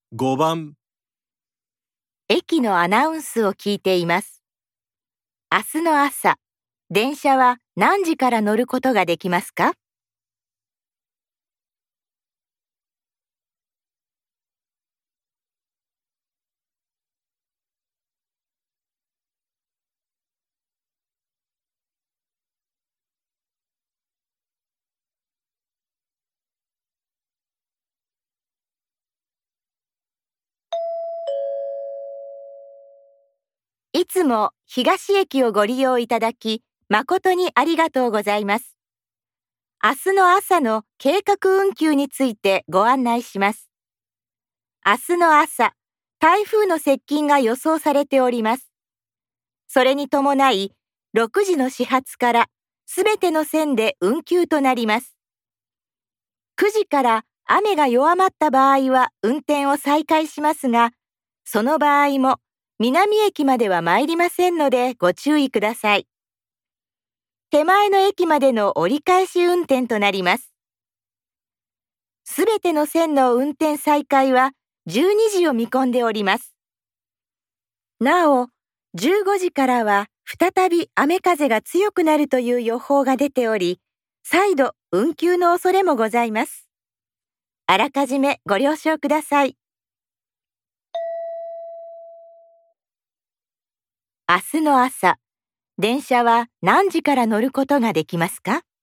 5番、 駅のアナウンスを聞いています。明日の朝、電車は何時から乗ることができますか？いつも東駅をご利用いただき、誠にありがとうございます。明日の朝の計画運休についてご案内します。明日の朝、台風の接近が予想されております。それに伴い、6時の始発からすべての線で運休となります。9時から雨が弱まった場合は運転を再開しますが、その場合も南駅までは参りませんのでご注意ください。手前の駅までの折り返し運転となります。すべての線の運転再開は12時を見込んでおります。なお、15時からは再び雨風が強くなるという予報が出ており、再度運休の恐れもございます。あらかじめご了承ください。明日の朝、電車は何時から乗ることができますか？